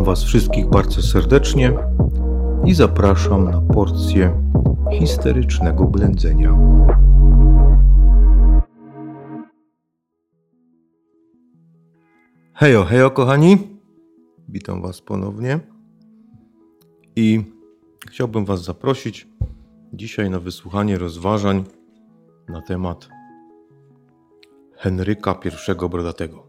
Was wszystkich bardzo serdecznie i zapraszam na porcję histerycznego blędzenia. Hejo, hejo kochani, witam Was ponownie i chciałbym Was zaprosić dzisiaj na wysłuchanie rozważań na temat Henryka I Brodatego,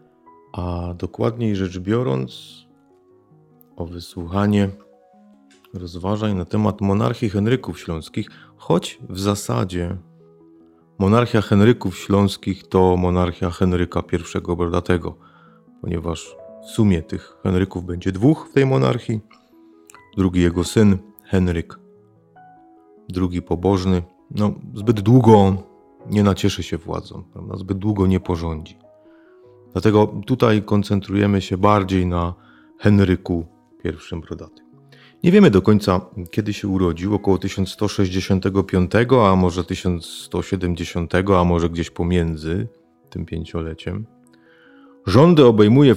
a dokładniej rzecz biorąc o wysłuchanie rozważań na temat monarchii Henryków Śląskich, choć w zasadzie monarchia Henryków Śląskich to monarchia Henryka I Brodatego, ponieważ w sumie tych Henryków będzie dwóch w tej monarchii. Drugi jego syn, Henryk II Pobożny, zbyt długo nie nacieszy się władzą, prawda? Zbyt długo nie porządzi. Dlatego tutaj koncentrujemy się bardziej na Henryku I Brodatym. Nie wiemy do końca, kiedy się urodził, około 1165, a może 1170, a może gdzieś pomiędzy tym pięcioleciem. Rządy obejmuje w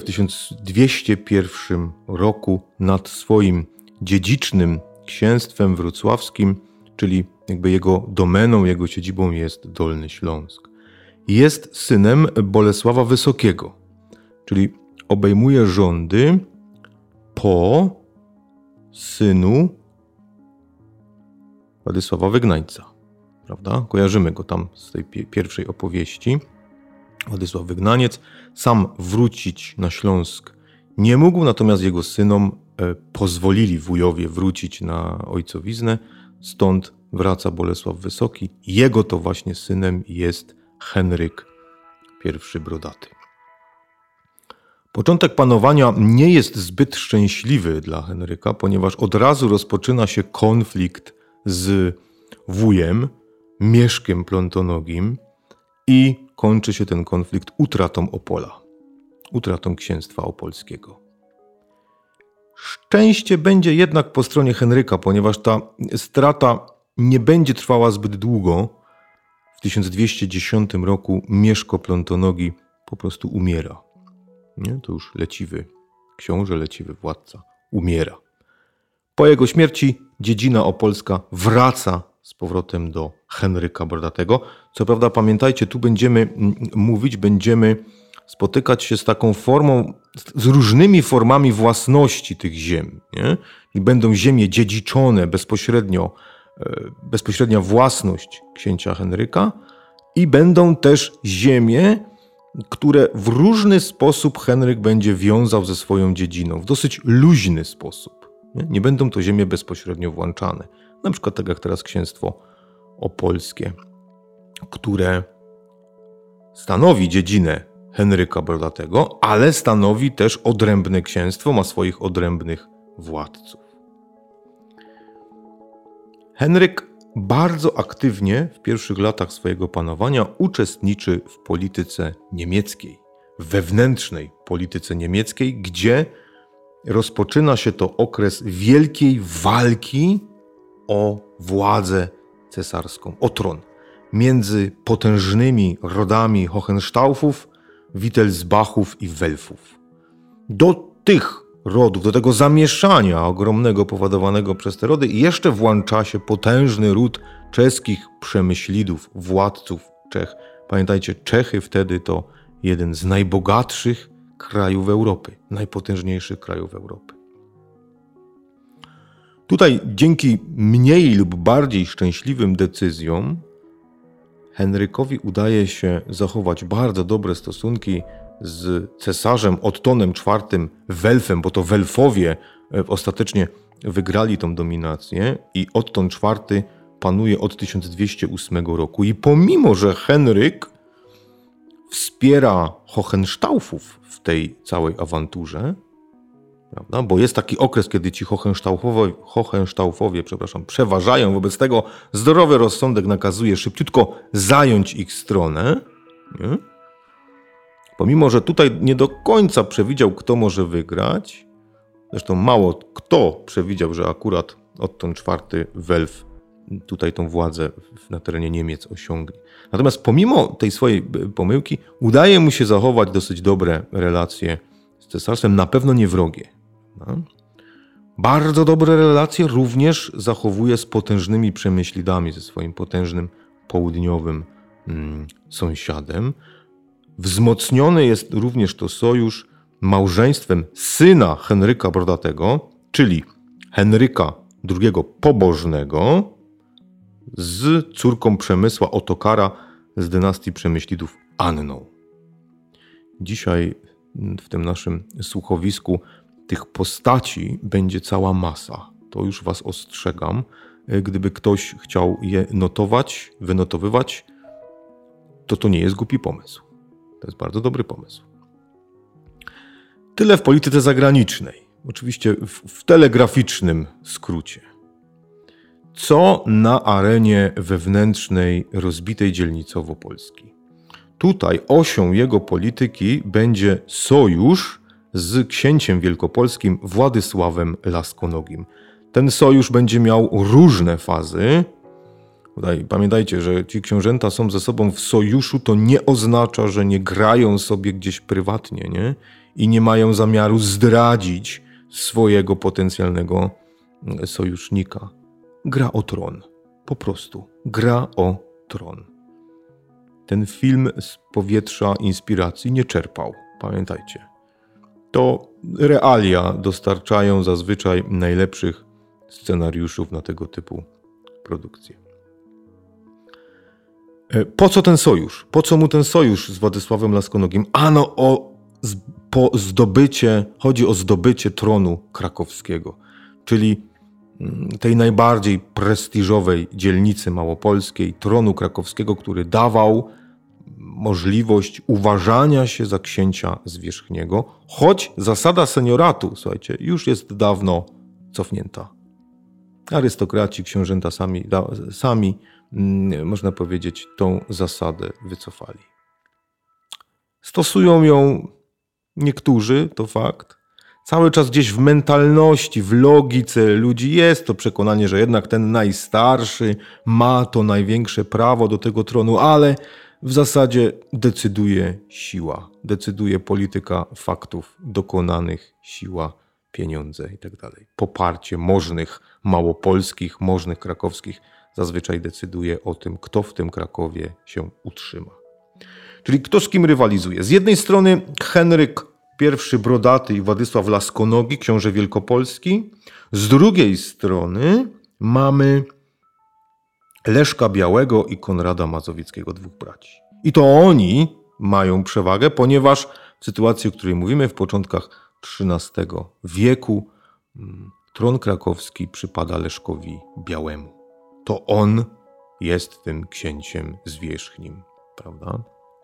1201 roku nad swoim dziedzicznym księstwem wrocławskim, czyli jakby jego domeną, jego siedzibą jest Dolny Śląsk. Jest synem Bolesława Wysokiego, czyli obejmuje rządy po synu Władysława Wygnańca, prawda? Kojarzymy go tam z tej pierwszej opowieści. Władysław Wygnaniec sam wrócić na Śląsk nie mógł, natomiast jego synom pozwolili wujowie wrócić na ojcowiznę, stąd wraca Bolesław Wysoki. Jego to właśnie synem jest Henryk I Brodaty. Początek panowania nie jest zbyt szczęśliwy dla Henryka, ponieważ od razu rozpoczyna się konflikt z wujem, Mieszkiem Plontonogim, i kończy się ten konflikt utratą Opola, utratą księstwa opolskiego. Szczęście będzie jednak po stronie Henryka, ponieważ ta strata nie będzie trwała zbyt długo. W 1210 roku Mieszko Plontonogi po prostu umiera. Nie? To już leciwy książę, leciwy władca umiera. Po jego śmierci dziedzina opolska wraca z powrotem do Henryka Brodatego. Co prawda pamiętajcie, tu będziemy spotykać się z taką formą, z różnymi formami własności tych ziem. Nie? I będą ziemie dziedziczone bezpośrednia własność księcia Henryka i będą też ziemie, które w różny sposób Henryk będzie wiązał ze swoją dziedziną, w dosyć luźny sposób. Nie będą to ziemie bezpośrednio włączane. Na przykład tak jak teraz księstwo opolskie, które stanowi dziedzinę Henryka Brodatego, ale stanowi też odrębne księstwo, ma swoich odrębnych władców. Henryk bardzo aktywnie w pierwszych latach swojego panowania uczestniczy w polityce niemieckiej, wewnętrznej polityce niemieckiej, gdzie rozpoczyna się to okres wielkiej walki o władzę cesarską, o tron, między potężnymi rodami Hohenstaufów, Wittelsbachów i Welfów. Do tych rodów, do tego zamieszania ogromnego powodowanego przez te rody jeszcze włącza się potężny ród czeskich przemyślidów, władców Czech. Pamiętajcie, Czechy wtedy to jeden z najbogatszych krajów Europy, najpotężniejszych krajów Europy. Tutaj dzięki mniej lub bardziej szczęśliwym decyzjom Henrykowi udaje się zachować bardzo dobre stosunki z cesarzem Ottonem IV Welfem, bo to Welfowie ostatecznie wygrali tą dominację i Otton IV panuje od 1208 roku. I pomimo, że Henryk wspiera Hohenstaufów w tej całej awanturze, prawda? Bo jest taki okres, kiedy ci Hohenstaufowie przeważają, wobec tego zdrowy rozsądek nakazuje szybciutko zająć ich stronę. Nie? Pomimo, że tutaj nie do końca przewidział, kto może wygrać, zresztą mało kto przewidział, że akurat Otton IV Welf tutaj tą władzę na terenie Niemiec osiągnie. Natomiast pomimo tej swojej pomyłki udaje mu się zachować dosyć dobre relacje z cesarstwem, na pewno nie wrogie. No. Bardzo dobre relacje również zachowuje z potężnymi Przemyślidami, ze swoim potężnym południowym sąsiadem. Wzmocniony jest również to sojusz małżeństwem syna Henryka Brodatego, czyli Henryka II Pobożnego, z córką Przemysła Otokara z dynastii Przemyślidów Anną. Dzisiaj w tym naszym słuchowisku tych postaci będzie cała masa. To już was ostrzegam. Gdyby ktoś chciał je notować, wynotowywać, to nie jest głupi pomysł. To jest bardzo dobry pomysł. Tyle w polityce zagranicznej. Oczywiście w telegraficznym skrócie. Co na arenie wewnętrznej rozbitej dzielnicowo Polski? Tutaj osią jego polityki będzie sojusz z księciem wielkopolskim Władysławem Laskonogim. Ten sojusz będzie miał różne fazy. Tutaj pamiętajcie, że ci książęta są ze sobą w sojuszu, to nie oznacza, że nie grają sobie gdzieś prywatnie, nie? I nie mają zamiaru zdradzić swojego potencjalnego sojusznika. Gra o tron. Po prostu. Gra o tron. Ten film z powietrza inspiracji nie czerpał. Pamiętajcie. To realia dostarczają zazwyczaj najlepszych scenariuszów na tego typu produkcje. Po co ten sojusz? Po co mu ten sojusz z Władysławem Laskonogim? Ano chodzi o zdobycie tronu krakowskiego, czyli tej najbardziej prestiżowej dzielnicy małopolskiej, tronu krakowskiego, który dawał możliwość uważania się za księcia zwierzchniego, choć zasada senioratu, słuchajcie, już jest dawno cofnięta. Arystokraci, książęta sami, można powiedzieć, tą zasadę wycofali. Stosują ją niektórzy, to fakt. Cały czas gdzieś w mentalności, w logice ludzi jest to przekonanie, że jednak ten najstarszy ma to największe prawo do tego tronu, ale w zasadzie decyduje siła, decyduje polityka faktów dokonanych, siła, pieniądze itd. Poparcie możnych małopolskich, możnych krakowskich zazwyczaj decyduje o tym, kto w tym Krakowie się utrzyma. Czyli kto z kim rywalizuje? Z jednej strony Henryk I Brodaty i Władysław Laskonogi, książę wielkopolski. Z drugiej strony mamy Leszka Białego i Konrada Mazowieckiego, dwóch braci. I to oni mają przewagę, ponieważ w sytuacji, o której mówimy, w początkach XIII wieku tron krakowski przypada Leszkowi Białemu. To on jest tym księciem zwierzchnim, prawda?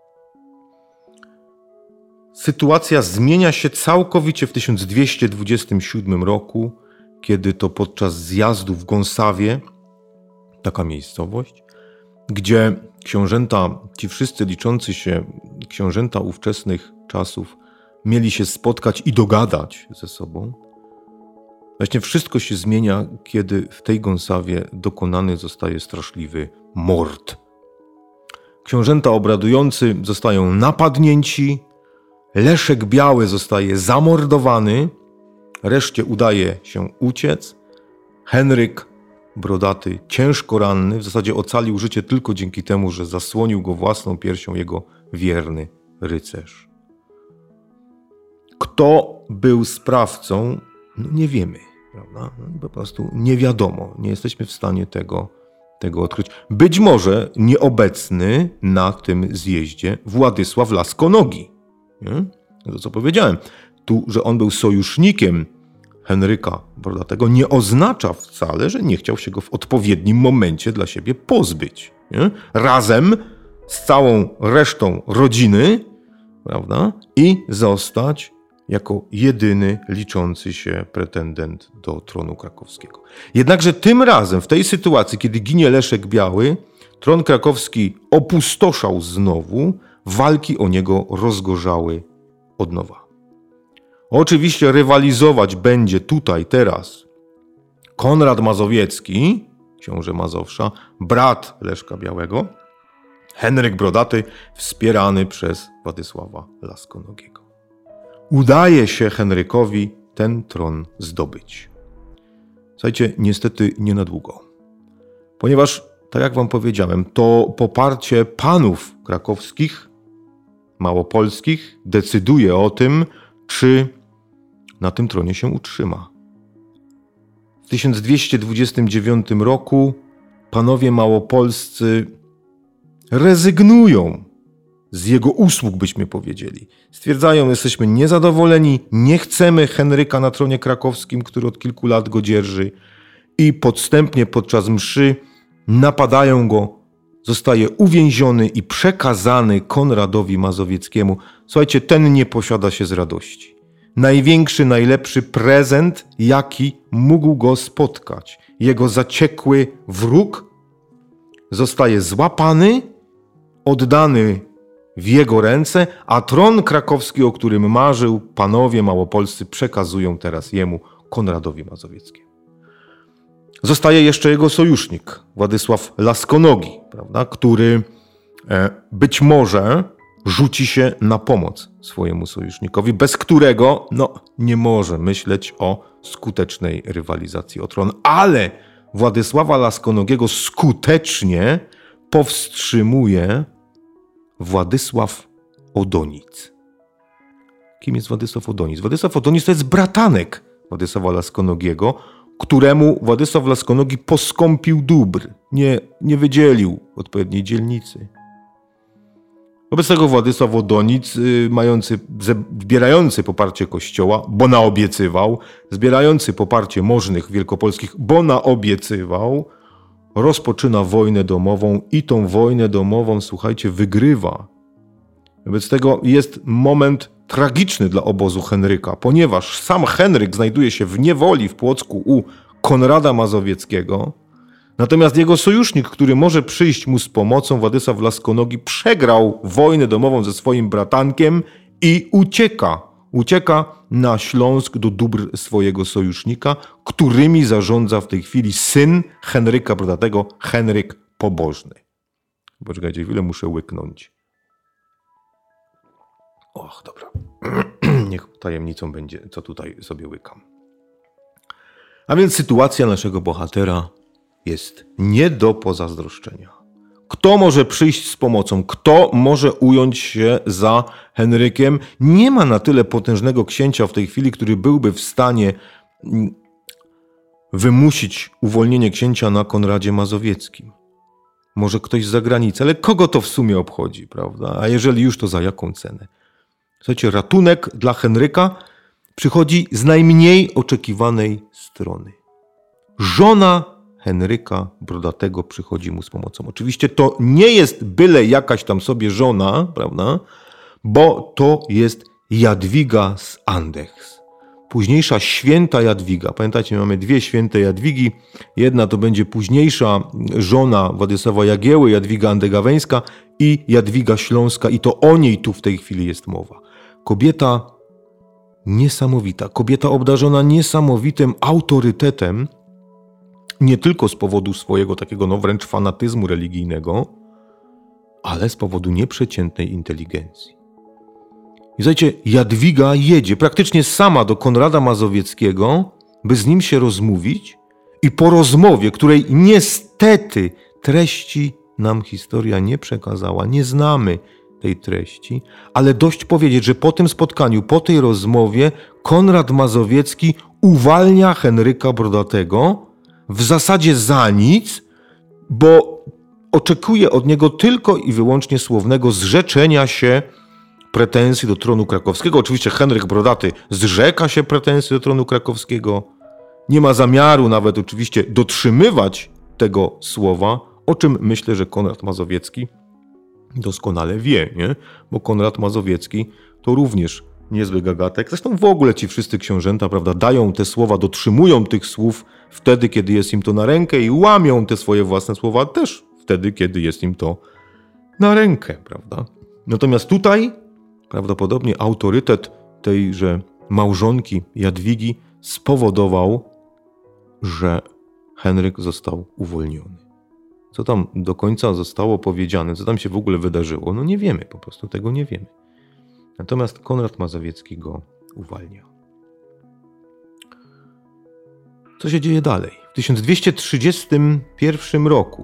Sytuacja zmienia się całkowicie w 1227 roku, kiedy to podczas zjazdu w Gąsawie, taka miejscowość, gdzie książęta, ci wszyscy liczący się książęta ówczesnych czasów, mieli się spotkać i dogadać ze sobą. Właśnie wszystko się zmienia, kiedy w tej Gąsawie dokonany zostaje straszliwy mord. Książęta obradujący zostają napadnięci, Leszek Biały zostaje zamordowany, reszcie udaje się uciec. Henryk Brodaty, ciężko ranny, w zasadzie ocalił życie tylko dzięki temu, że zasłonił go własną piersią jego wierny rycerz. Kto był sprawcą? No nie wiemy, prawda? Po prostu nie wiadomo, nie jesteśmy w stanie tego odkryć. Być może nieobecny na tym zjeździe Władysław Laskonogi. Nie? To co powiedziałem, tu, że on był sojusznikiem Henryka Brodatego, nie oznacza wcale, że nie chciał się go w odpowiednim momencie dla siebie pozbyć. Nie? Razem z całą resztą rodziny, prawda? I zostać jako jedyny liczący się pretendent do tronu krakowskiego. Jednakże tym razem, w tej sytuacji, kiedy ginie Leszek Biały, tron krakowski opustoszał znowu, walki o niego rozgorzały od nowa. Oczywiście rywalizować będzie tutaj teraz Konrad Mazowiecki, książę Mazowsza, brat Leszka Białego, Henryk Brodaty, wspierany przez Władysława Laskonogiego. Udaje się Henrykowi ten tron zdobyć. Słuchajcie, niestety nie na długo. Ponieważ, tak jak wam powiedziałem, to poparcie panów krakowskich, małopolskich decyduje o tym, czy na tym tronie się utrzyma. W 1229 roku panowie małopolscy rezygnują z jego usług, byśmy powiedzieli. Stwierdzają, jesteśmy niezadowoleni, nie chcemy Henryka na tronie krakowskim, który od kilku lat go dzierży, i podstępnie podczas mszy napadają go, zostaje uwięziony i przekazany Konradowi Mazowieckiemu. Słuchajcie, ten nie posiada się z radości. Największy, najlepszy prezent, jaki mógł go spotkać. Jego zaciekły wróg zostaje złapany, oddany w jego ręce, a tron krakowski, o którym marzył, panowie małopolscy przekazują teraz jemu, Konradowi Mazowieckiemu. Zostaje jeszcze jego sojusznik, Władysław Laskonogi, prawda, który być może rzuci się na pomoc swojemu sojusznikowi, bez którego nie może myśleć o skutecznej rywalizacji o tron. Ale Władysława Laskonogiego skutecznie powstrzymuje Władysław Odonic. Kim jest Władysław Odonic? Władysław Odonic to jest bratanek Władysława Laskonogiego, któremu Władysław Laskonogi poskąpił dóbr, nie wydzielił odpowiedniej dzielnicy. Wobec tego Władysław Odonic, zbierający poparcie Kościoła, bo naobiecywał, zbierający poparcie możnych wielkopolskich, bo naobiecywał, rozpoczyna wojnę domową i tą wojnę domową, słuchajcie, wygrywa. Wobec tego jest moment tragiczny dla obozu Henryka, ponieważ sam Henryk znajduje się w niewoli w Płocku u Konrada Mazowieckiego, natomiast jego sojusznik, który może przyjść mu z pomocą, Władysław Laskonogi, przegrał wojnę domową ze swoim bratankiem i ucieka. Ucieka na Śląsk do dóbr swojego sojusznika, którymi zarządza w tej chwili syn Henryka Brodatego, Henryk Pobożny. Poczekajcie chwilę, muszę łyknąć. Och, dobra. Niech tajemnicą będzie, co tutaj sobie łykam. A więc sytuacja naszego bohatera jest nie do pozazdroszczenia. Kto może przyjść z pomocą? Kto może ująć się za Henrykiem? Nie ma na tyle potężnego księcia w tej chwili, który byłby w stanie wymusić uwolnienie księcia na Konradzie Mazowieckim. Może ktoś z zagranicy, ale kogo to w sumie obchodzi, prawda? A jeżeli już, to za jaką cenę? Słuchajcie, ratunek dla Henryka przychodzi z najmniej oczekiwanej strony. Żona Henryka Brodatego przychodzi mu z pomocą. Oczywiście to nie jest byle jakaś tam sobie żona, prawda? Bo to jest Jadwiga z Andechs. Późniejsza święta Jadwiga. Pamiętacie, mamy dwie święte Jadwigi. Jedna to będzie późniejsza żona Władysława Jagieły, Jadwiga Andegaweńska, i Jadwiga Śląska, i to o niej tu w tej chwili jest mowa. Kobieta niesamowita, kobieta obdarzona niesamowitym autorytetem, nie tylko z powodu swojego takiego wręcz fanatyzmu religijnego, ale z powodu nieprzeciętnej inteligencji. I słuchajcie, Jadwiga jedzie praktycznie sama do Konrada Mazowieckiego, by z nim się rozmówić, i po rozmowie, której niestety treści nam historia nie przekazała, nie znamy tej treści, ale dość powiedzieć, że po tym spotkaniu, po tej rozmowie Konrad Mazowiecki uwalnia Henryka Brodatego w zasadzie za nic, bo oczekuje od niego tylko i wyłącznie słownego zrzeczenia się pretensji do tronu krakowskiego. Oczywiście Henryk Brodaty zrzeka się pretensji do tronu krakowskiego, nie ma zamiaru nawet oczywiście dotrzymywać tego słowa, o czym myślę, że Konrad Mazowiecki doskonale wie, nie? Bo Konrad Mazowiecki to również niezły gagatek. Zresztą w ogóle ci wszyscy książęta, prawda, dają te słowa, dotrzymują tych słów wtedy, kiedy jest im to na rękę, i łamią te swoje własne słowa też wtedy, kiedy jest im to na rękę, prawda? Natomiast tutaj prawdopodobnie autorytet tejże małżonki Jadwigi spowodował, że Henryk został uwolniony. Co tam do końca zostało powiedziane, co tam się w ogóle wydarzyło, nie wiemy, po prostu tego nie wiemy. Natomiast Konrad Mazowiecki go uwalnia. Co się dzieje dalej? W 1231 roku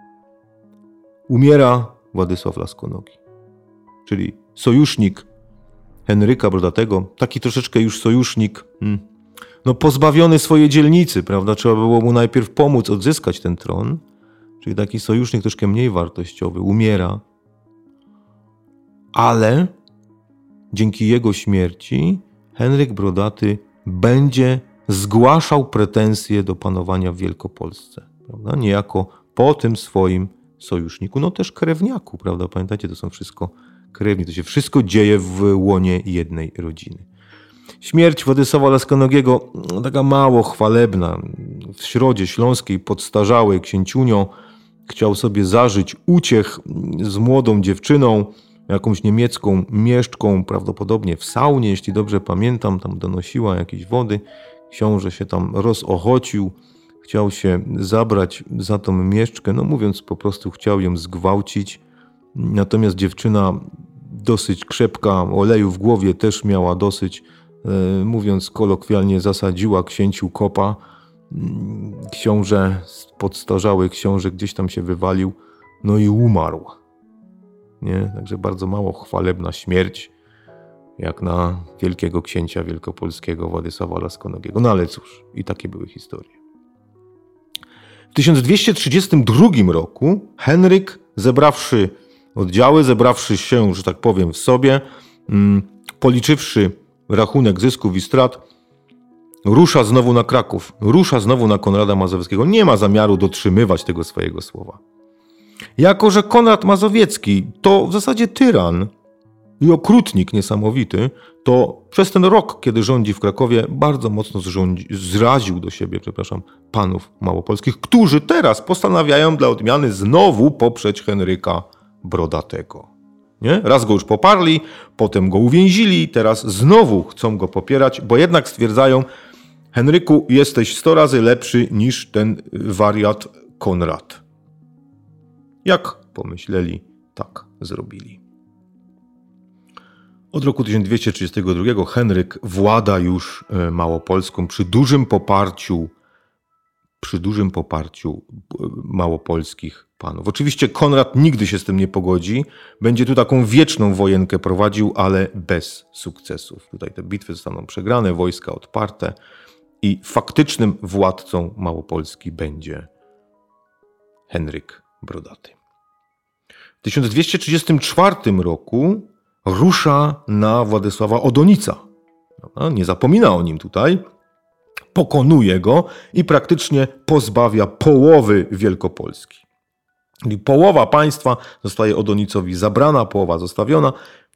umiera Władysław Laskonogi, czyli sojusznik Henryka Brodatego, taki troszeczkę już sojusznik, pozbawiony swojej dzielnicy, prawda? Trzeba było mu najpierw pomóc odzyskać ten tron, czyli taki sojusznik troszkę mniej wartościowy, umiera, ale dzięki jego śmierci Henryk Brodaty będzie zgłaszał pretensje do panowania w Wielkopolsce, prawda? Niejako po tym swoim sojuszniku, też krewniaku, prawda? Pamiętacie, to są wszystko krewni, to się wszystko dzieje w łonie jednej rodziny. Śmierć Władysława Laskonogiego, taka mało chwalebna. W Środzie Śląskiej podstarzały księciunio chciał sobie zażyć uciech z młodą dziewczyną, jakąś niemiecką mieszczką, prawdopodobnie w saunie, jeśli dobrze pamiętam, tam donosiła jakieś wody. Książę się tam rozochocił, chciał się zabrać za tą mieszczkę, mówiąc po prostu chciał ją zgwałcić. Natomiast dziewczyna dosyć krzepka, oleju w głowie też miała dosyć, mówiąc kolokwialnie, zasadziła księciu kopa. Książę, podstarzały książę gdzieś tam się wywalił, i umarł. Nie? Także bardzo mało chwalebna śmierć, jak na wielkiego księcia wielkopolskiego Władysława Laskonogiego. Ale cóż, i takie były historie. W 1232 roku Henryk, zebrawszy oddziały, zebrawszy się, że tak powiem, w sobie, policzywszy rachunek zysków i strat, rusza znowu na Kraków, rusza znowu na Konrada Mazowieckiego. Nie ma zamiaru dotrzymywać tego swojego słowa. Jako że Konrad Mazowiecki to w zasadzie tyran i okrutnik niesamowity, to przez ten rok, kiedy rządzi w Krakowie, bardzo mocno zraził do siebie, panów małopolskich, którzy teraz postanawiają dla odmiany znowu poprzeć Henryka Brodatego. Nie? Raz go już poparli, potem go uwięzili, teraz znowu chcą go popierać, bo jednak stwierdzają: Henryku, jesteś 100 razy lepszy niż ten wariat Konrad. Jak pomyśleli, tak zrobili. Od roku 1232 Henryk włada już Małopolską przy dużym poparciu małopolskich panów. Oczywiście Konrad nigdy się z tym nie pogodzi. Będzie tu taką wieczną wojenkę prowadził, ale bez sukcesów. Tutaj te bitwy zostaną przegrane, wojska odparte i faktycznym władcą Małopolski będzie Henryk Brodaty. W 1234 roku rusza na Władysława Odonica. Nie zapomina o nim tutaj. Pokonuje go i praktycznie pozbawia połowy Wielkopolski. Czyli połowa państwa zostaje Odonicowi zabrana, połowa zostawiona. W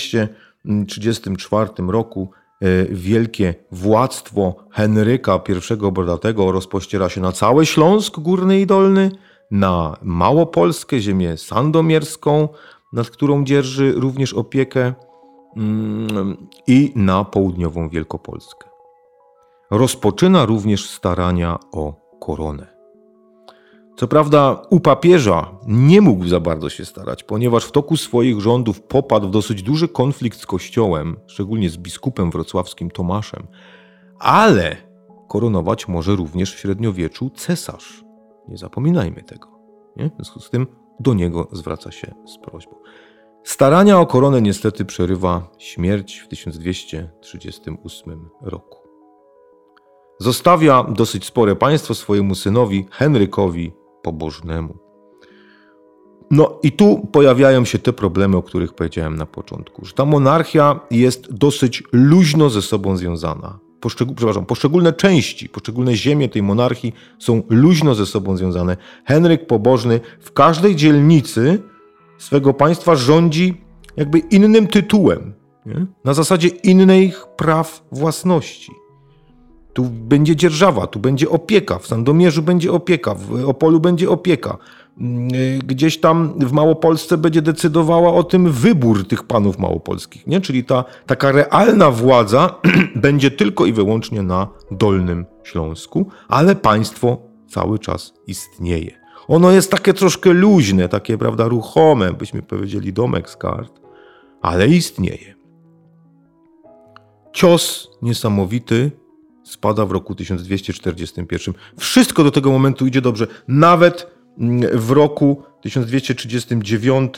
1234 roku wielkie władztwo Henryka I Brodatego rozpościera się na cały Śląsk Górny i Dolny, na Małopolskę, ziemię sandomierską, nad którą dzierży również opiekę, i na południową Wielkopolskę. Rozpoczyna również starania o koronę. Co prawda u papieża nie mógł za bardzo się starać, ponieważ w toku swoich rządów popadł w dosyć duży konflikt z Kościołem, szczególnie z biskupem wrocławskim Tomaszem, ale koronować może również w średniowieczu cesarz. Nie zapominajmy tego. Nie? W związku z tym do niego zwraca się z prośbą. Starania o koronę niestety przerywa śmierć w 1238 roku. Zostawia dosyć spore państwo swojemu synowi Henrykowi Pobożnemu. I tu pojawiają się te problemy, o których powiedziałem na początku, że ta monarchia jest dosyć luźno ze sobą związana. Poszczególne części, poszczególne ziemie tej monarchii są luźno ze sobą związane. Henryk Pobożny w każdej dzielnicy swego państwa rządzi jakby innym tytułem, nie? Na zasadzie innych praw własności. Tu będzie dzierżawa, tu będzie opieka, w Sandomierzu będzie opieka, w Opolu będzie opieka. Gdzieś tam w Małopolsce będzie decydowała o tym wybór tych panów małopolskich, nie? Czyli taka realna władza będzie tylko i wyłącznie na Dolnym Śląsku, ale państwo cały czas istnieje. Ono jest takie troszkę luźne, takie, prawda, ruchome, byśmy powiedzieli domek z kart, ale istnieje. Cios niesamowity spada w roku 1241. Wszystko do tego momentu idzie dobrze. Nawet w roku 1239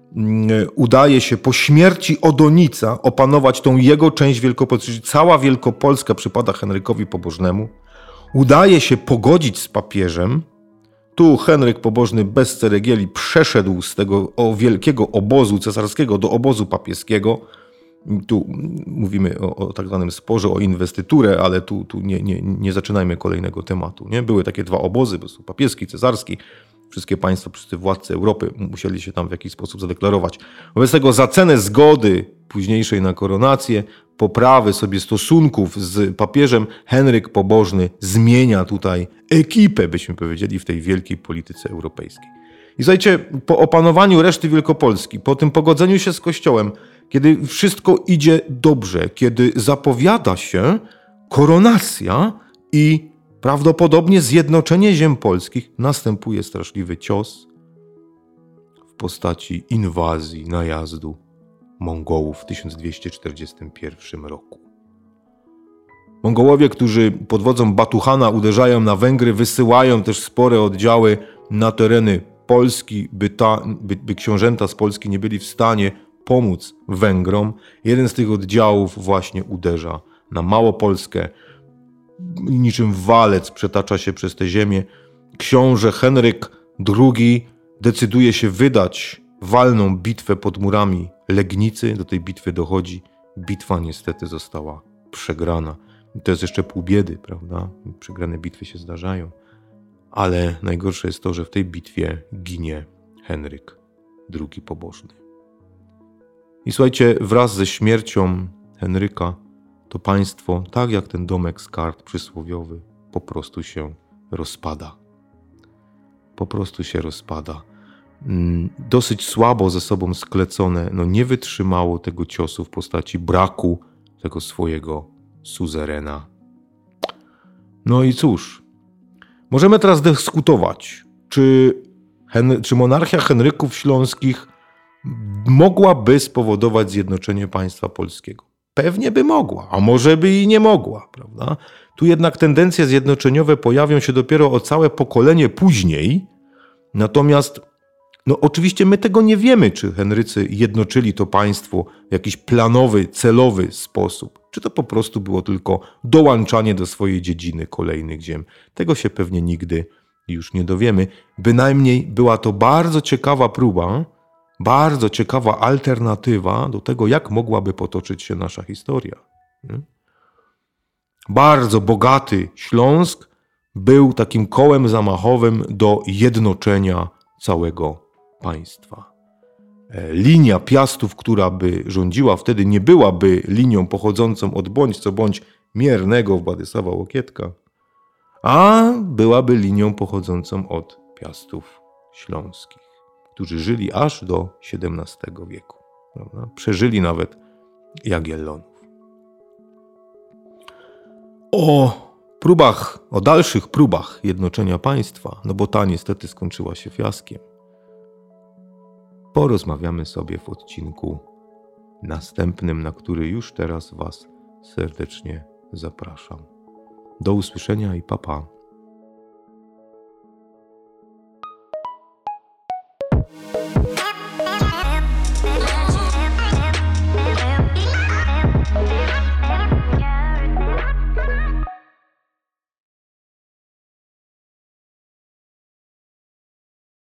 udaje się po śmierci Odonica opanować tą jego część Wielkopolski, czyli cała Wielkopolska przypada Henrykowi Pobożnemu. Udaje się pogodzić z papieżem. Tu Henryk Pobożny bez ceregieli przeszedł z tego wielkiego obozu cesarskiego do obozu papieskiego. Tu mówimy o tak zwanym sporze o inwestyturę, ale tu nie zaczynajmy kolejnego tematu. Nie? Były takie dwa obozy, papieski, cesarski. Wszystkie państwa, wszyscy władcy Europy musieli się tam w jakiś sposób zadeklarować. Wobec tego za cenę zgody późniejszej na koronację, poprawy sobie stosunków z papieżem, Henryk Pobożny zmienia tutaj ekipę, byśmy powiedzieli, w tej wielkiej polityce europejskiej. I słuchajcie, po opanowaniu reszty Wielkopolski, po tym pogodzeniu się z Kościołem, kiedy wszystko idzie dobrze, kiedy zapowiada się koronacja i prawdopodobnie zjednoczenie ziem polskich, następuje straszliwy cios w postaci inwazji, najazdu Mongołów w 1241 roku. Mongołowie, którzy pod wodzą Batuchana uderzają na Węgry, wysyłają też spore oddziały na tereny Polski, by książęta z Polski nie byli w stanie pomóc Węgrom. Jeden z tych oddziałów właśnie uderza na Małopolskę. Niczym walec przetacza się przez tę ziemię. Książę Henryk II decyduje się wydać walną bitwę pod murami Legnicy. Do tej bitwy dochodzi. Bitwa niestety została przegrana. I to jest jeszcze pół biedy, prawda? Przegrane bitwy się zdarzają. Ale najgorsze jest to, że w tej bitwie ginie Henryk II Pobożny. I słuchajcie, wraz ze śmiercią Henryka to państwo, tak jak ten domek z kart przysłowiowy, po prostu się rozpada. Po prostu się rozpada. Dosyć słabo ze sobą sklecone, nie wytrzymało tego ciosu w postaci braku tego swojego suzerena. No i cóż, możemy teraz dyskutować, czy monarchia Henryków Śląskich mogłaby spowodować zjednoczenie państwa polskiego. Pewnie by mogła, a może by i nie mogła, prawda? Tu jednak tendencje zjednoczeniowe pojawią się dopiero o całe pokolenie później. Natomiast, oczywiście my tego nie wiemy, czy Henrycy jednoczyli to państwo w jakiś planowy, celowy sposób. Czy to po prostu było tylko dołączanie do swojej dziedziny kolejnych ziem. Tego się pewnie nigdy już nie dowiemy. Bynajmniej była to bardzo ciekawa próba, bardzo ciekawa alternatywa do tego, jak mogłaby potoczyć się nasza historia. Bardzo bogaty Śląsk był takim kołem zamachowym do jednoczenia całego państwa. Linia Piastów, która by rządziła wtedy, nie byłaby linią pochodzącą od bądź co bądź miernego Władysława Łokietka, a byłaby linią pochodzącą od Piastów śląskich, którzy żyli aż do XVII wieku. Prawda? Przeżyli nawet Jagiellonów. O dalszych próbach jednoczenia państwa, bo ta niestety skończyła się fiaskiem, porozmawiamy sobie w odcinku następnym, na który już teraz Was serdecznie zapraszam. Do usłyszenia i pa pa.